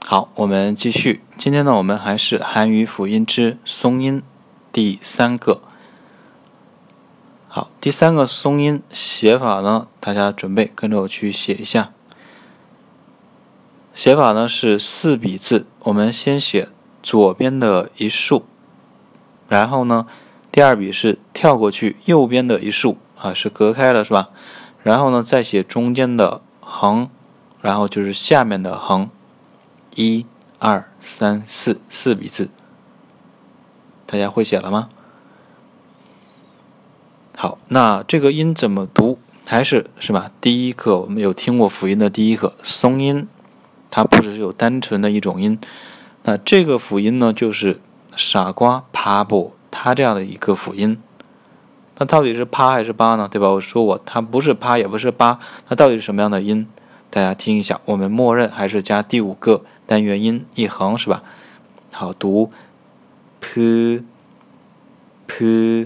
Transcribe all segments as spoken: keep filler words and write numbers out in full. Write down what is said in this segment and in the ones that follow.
好，我们继续。今天呢，我们还是韩语辅音之松音第三个。好，第三个松音写法呢，大家准备跟着我去写一下。写法呢是四笔字，我们先写左边的一竖，然后呢，第二笔是跳过去右边的一竖啊，是隔开了是吧？然后呢，再写中间的横，然后就是下面的横。一、二、三、四，四笔字，大家会写了吗？好，那这个音怎么读？还是是吧？第一课我们有听过辅音的第一课，松音，它不只是有单纯的一种音。那这个辅音呢，就是傻瓜、爬波，它这样的一个辅音。那到底是啪还是巴呢？对吧？我说过，它不是啪，也不是巴，那到底是什么样的音？大家听一下，我们默认还是加第五个单元音一横，是吧？好，读 p p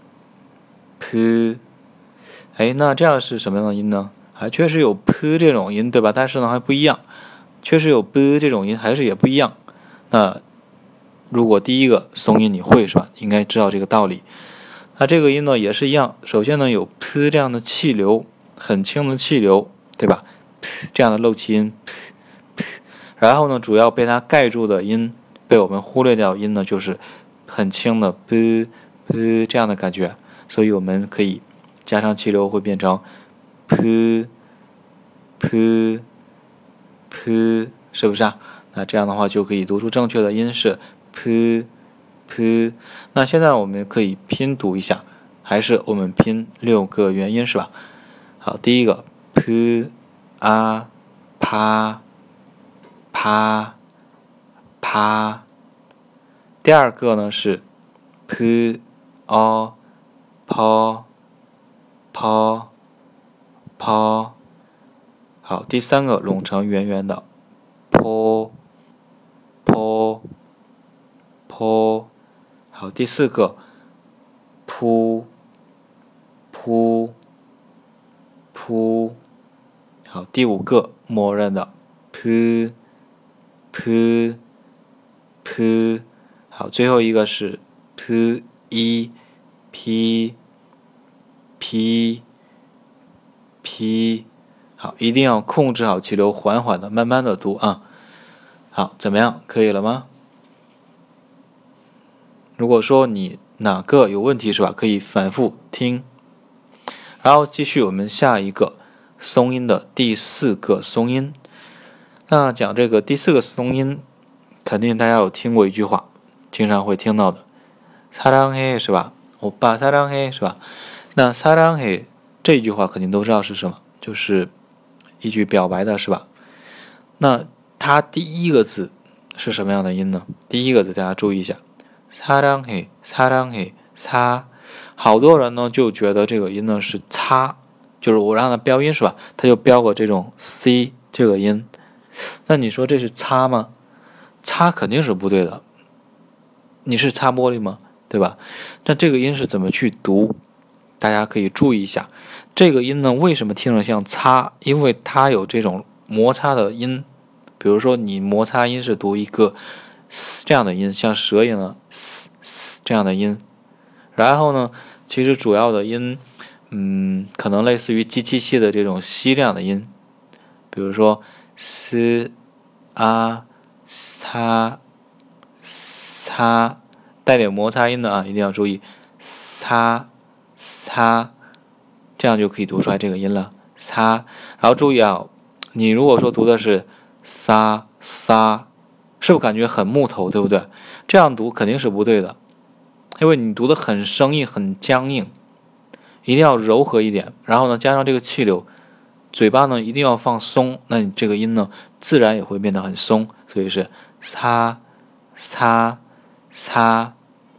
p， 哎，那这样是什么样的音呢？还确实有 p 这种音，对吧？但是呢还不一样，确实有 b 这种音，还是也不一样。那如果第一个松音你会是吧？应该知道这个道理。那这个音呢也是一样，首先呢有 p 这样的气流，很轻的气流，对吧？ p 这样的漏气音 p p， 然后呢主要被它盖住的音，被我们忽略掉音呢就是很轻的 p p 这样的感觉，所以我们可以加上气流会变成 p p p， 是不是啊？那这样的话就可以读出正确的音是 p p。 那现在我们可以拼读一下，还是我们拼六个元音是吧？好，第一个 p a pa pa pa， 第二个呢是 p o po po po， 好，第三个拢成圆圆的 po po po， 好，第四个 pu pu pu， 好，第五个默认的 p p p， 好，最后一个是 p i p p p， 好，一定要控制好气流，缓缓的、慢慢的读啊。好，怎么样？可以了吗？如果说你哪个有问题是吧，可以反复听。然后继续我们下一个松音的第四个松音。那讲这个第四个松音，肯定大家有听过一句话，经常会听到的，사랑해是吧？오빠 사랑해是吧？那사랑해这句话肯定都知道是什么，就是一句表白的是吧？那它第一个字是什么样的音呢？第一个字大家注意一下，사랑해 사랑해 사，好多人呢就觉得这个音呢是擦，就是我让它标音是吧？它就标过这种 c 这个音。那你说这是擦吗？擦肯定是不对的。你是擦玻璃吗？对吧？那这个音是怎么去读？大家可以注意一下。这个音呢，为什么听着像擦？因为它有这种摩擦的音。比如说你摩擦音是读一个 s 这样的音，像舌音的 s s 这样的音。然后呢，其实主要的音，嗯，可能类似于机器系的这种西这样的音，比如说 s a sa sa， 带点摩擦音的啊，一定要注意 sa sa， 这样就可以读出来这个音了 sa。然后注意啊，你如果说读的是 sa sa， 是不是感觉很木头，对不对？这样读肯定是不对的。因为你读的很生硬很僵硬，一定要柔和一点，然后呢加上这个气流，嘴巴呢一定要放松，那你这个音呢自然也会变得很松，所以是擦擦擦。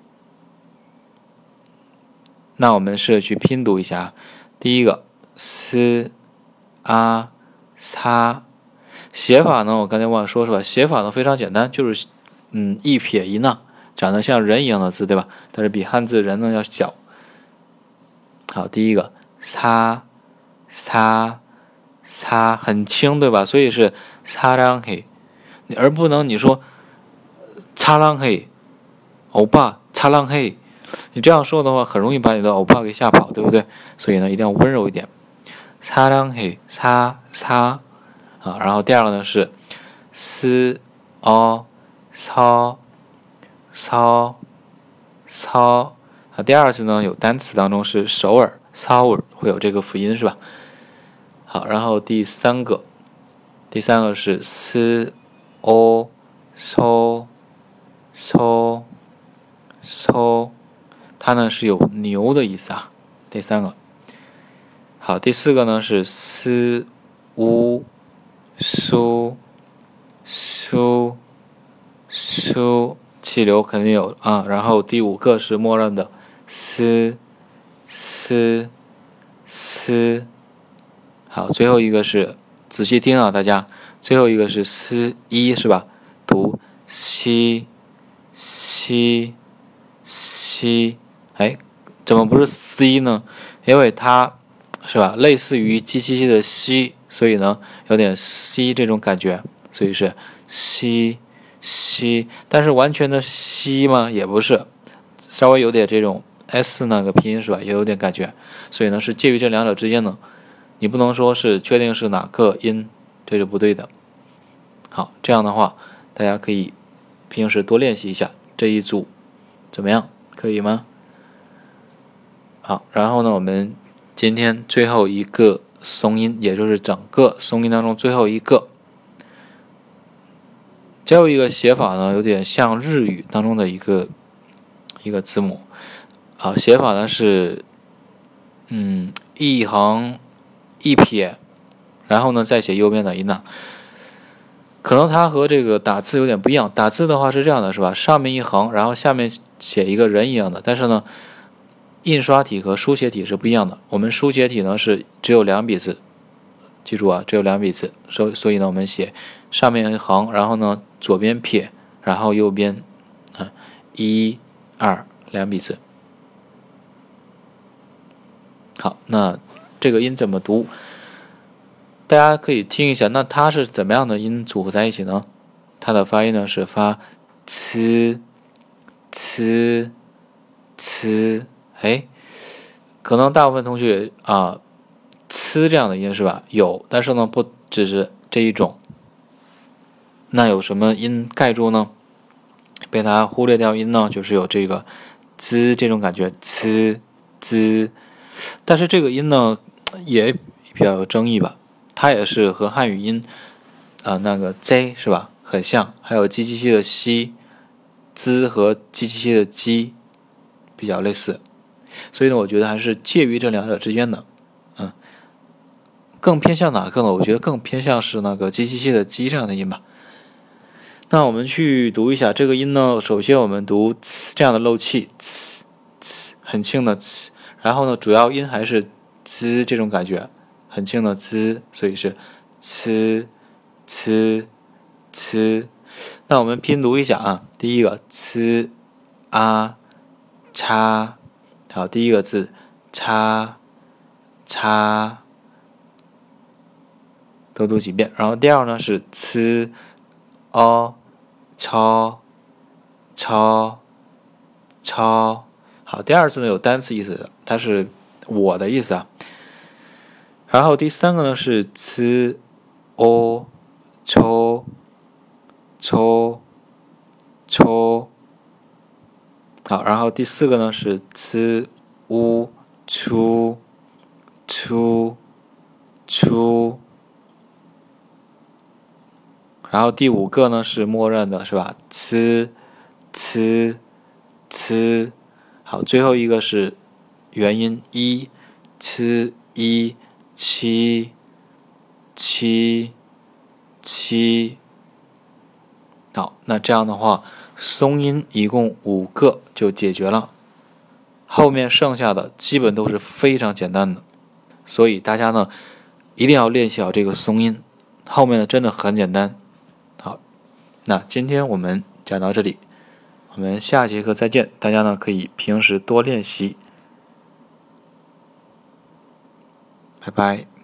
那我们试着去拼读一下，第一个 s a sa， 写法呢我刚才忘了说是吧？写法呢非常简单，就是嗯一撇一捺，长得像人一样的字，对吧？但是比汉字人呢要小。好，第一个사 사 사很轻，对吧？所以是사랑해。 而不能你说擦浪嘿，欧巴擦浪嘿，你这样说的话，很容易把你的欧巴给吓跑，对不对？所以呢，一定要温柔一点。擦浪嘿，擦擦啊，然后第二个呢是斯哦操操操啊，第二次呢有单词当中是首尔操尔会有这个辅音是吧？好，然后第三个，第三个是斯哦收收收，它呢是有牛的意思啊。第三个，好，第四个呢是斯乌苏苏苏，气流肯定有啊。然后第五个是默认的斯斯斯。好，最后一个是仔细听啊，大家，最后一个是斯一是吧？读西西西，哎，怎么不是 C 呢？因为它是吧，类似于鸡鸡鸡的西，所以呢有点西这种感觉，所以是西西，但是完全的西吗？也不是，稍微有点这种 S 那个拼音是吧？也有点感觉，所以呢是介于这两者之间呢。你不能说是确定是哪个音，这是不对的。好，这样的话，大家可以平时多练习一下这一组，怎么样？可以吗？好，然后呢，我们今天最后一个松音，也就是整个松音当中最后一个，最后一个写法呢，有点像日语当中的一个一个字母。好，写法呢是，嗯，一横一撇，然后呢再写右边的音呢。可能它和这个打字有点不一样，打字的话是这样的，是吧？上面一横，然后下面写一个人一样的，但是呢，印刷体和书写体是不一样的。我们书写体呢是只有两笔字，记住啊，只有两笔字，所所以呢，我们写上面一横，然后呢左边撇，然后右边啊一二两笔字。好，那这个音怎么读？大家可以听一下，那它是怎么样的音组合在一起呢？它的发音呢是发呲呲呲，哎，可能大部分同学啊，呲这样的音是吧？有，但是呢不只是这一种。那有什么音盖住呢？被大家忽略掉音呢，就是有这个滋这种感觉，呲滋。但是这个音呢也比较有争议吧。它也是和汉语音，啊、呃、那个 Z 是吧，很像，还有鸡鸡鸡的西，滋和鸡鸡鸡的鸡比较类似，所以呢，我觉得还是介于这两者之间的，嗯，更偏向哪个呢？我觉得更偏向是那个鸡鸡鸡的鸡这样的音吧。那我们去读一下这个音呢，首先我们读呲这样的漏气，呲呲很轻的呲，然后呢，主要音还是滋这种感觉。很轻的滋，所以是呲呲呲。那我们拼读一下啊，第一个呲啊叉，好，第一个字叉叉，多读几遍。然后第二呢是呲哦超超超，好，第二次呢有单词意思的，它是我的意思啊。然后第三个呢是呲哦抽抽抽，好，然后第四个呢是呲乌出出出，然后第五个呢是默认的是吧？呲呲呲，好，最后一个是元音一呲一。七七七，好，那这样的话，松音一共五个就解决了，后面剩下的基本都是非常简单的，所以大家呢一定要练习好这个松音，后面的真的很简单。好，那今天我们讲到这里，我们下节课再见，大家呢可以平时多练习。拜拜。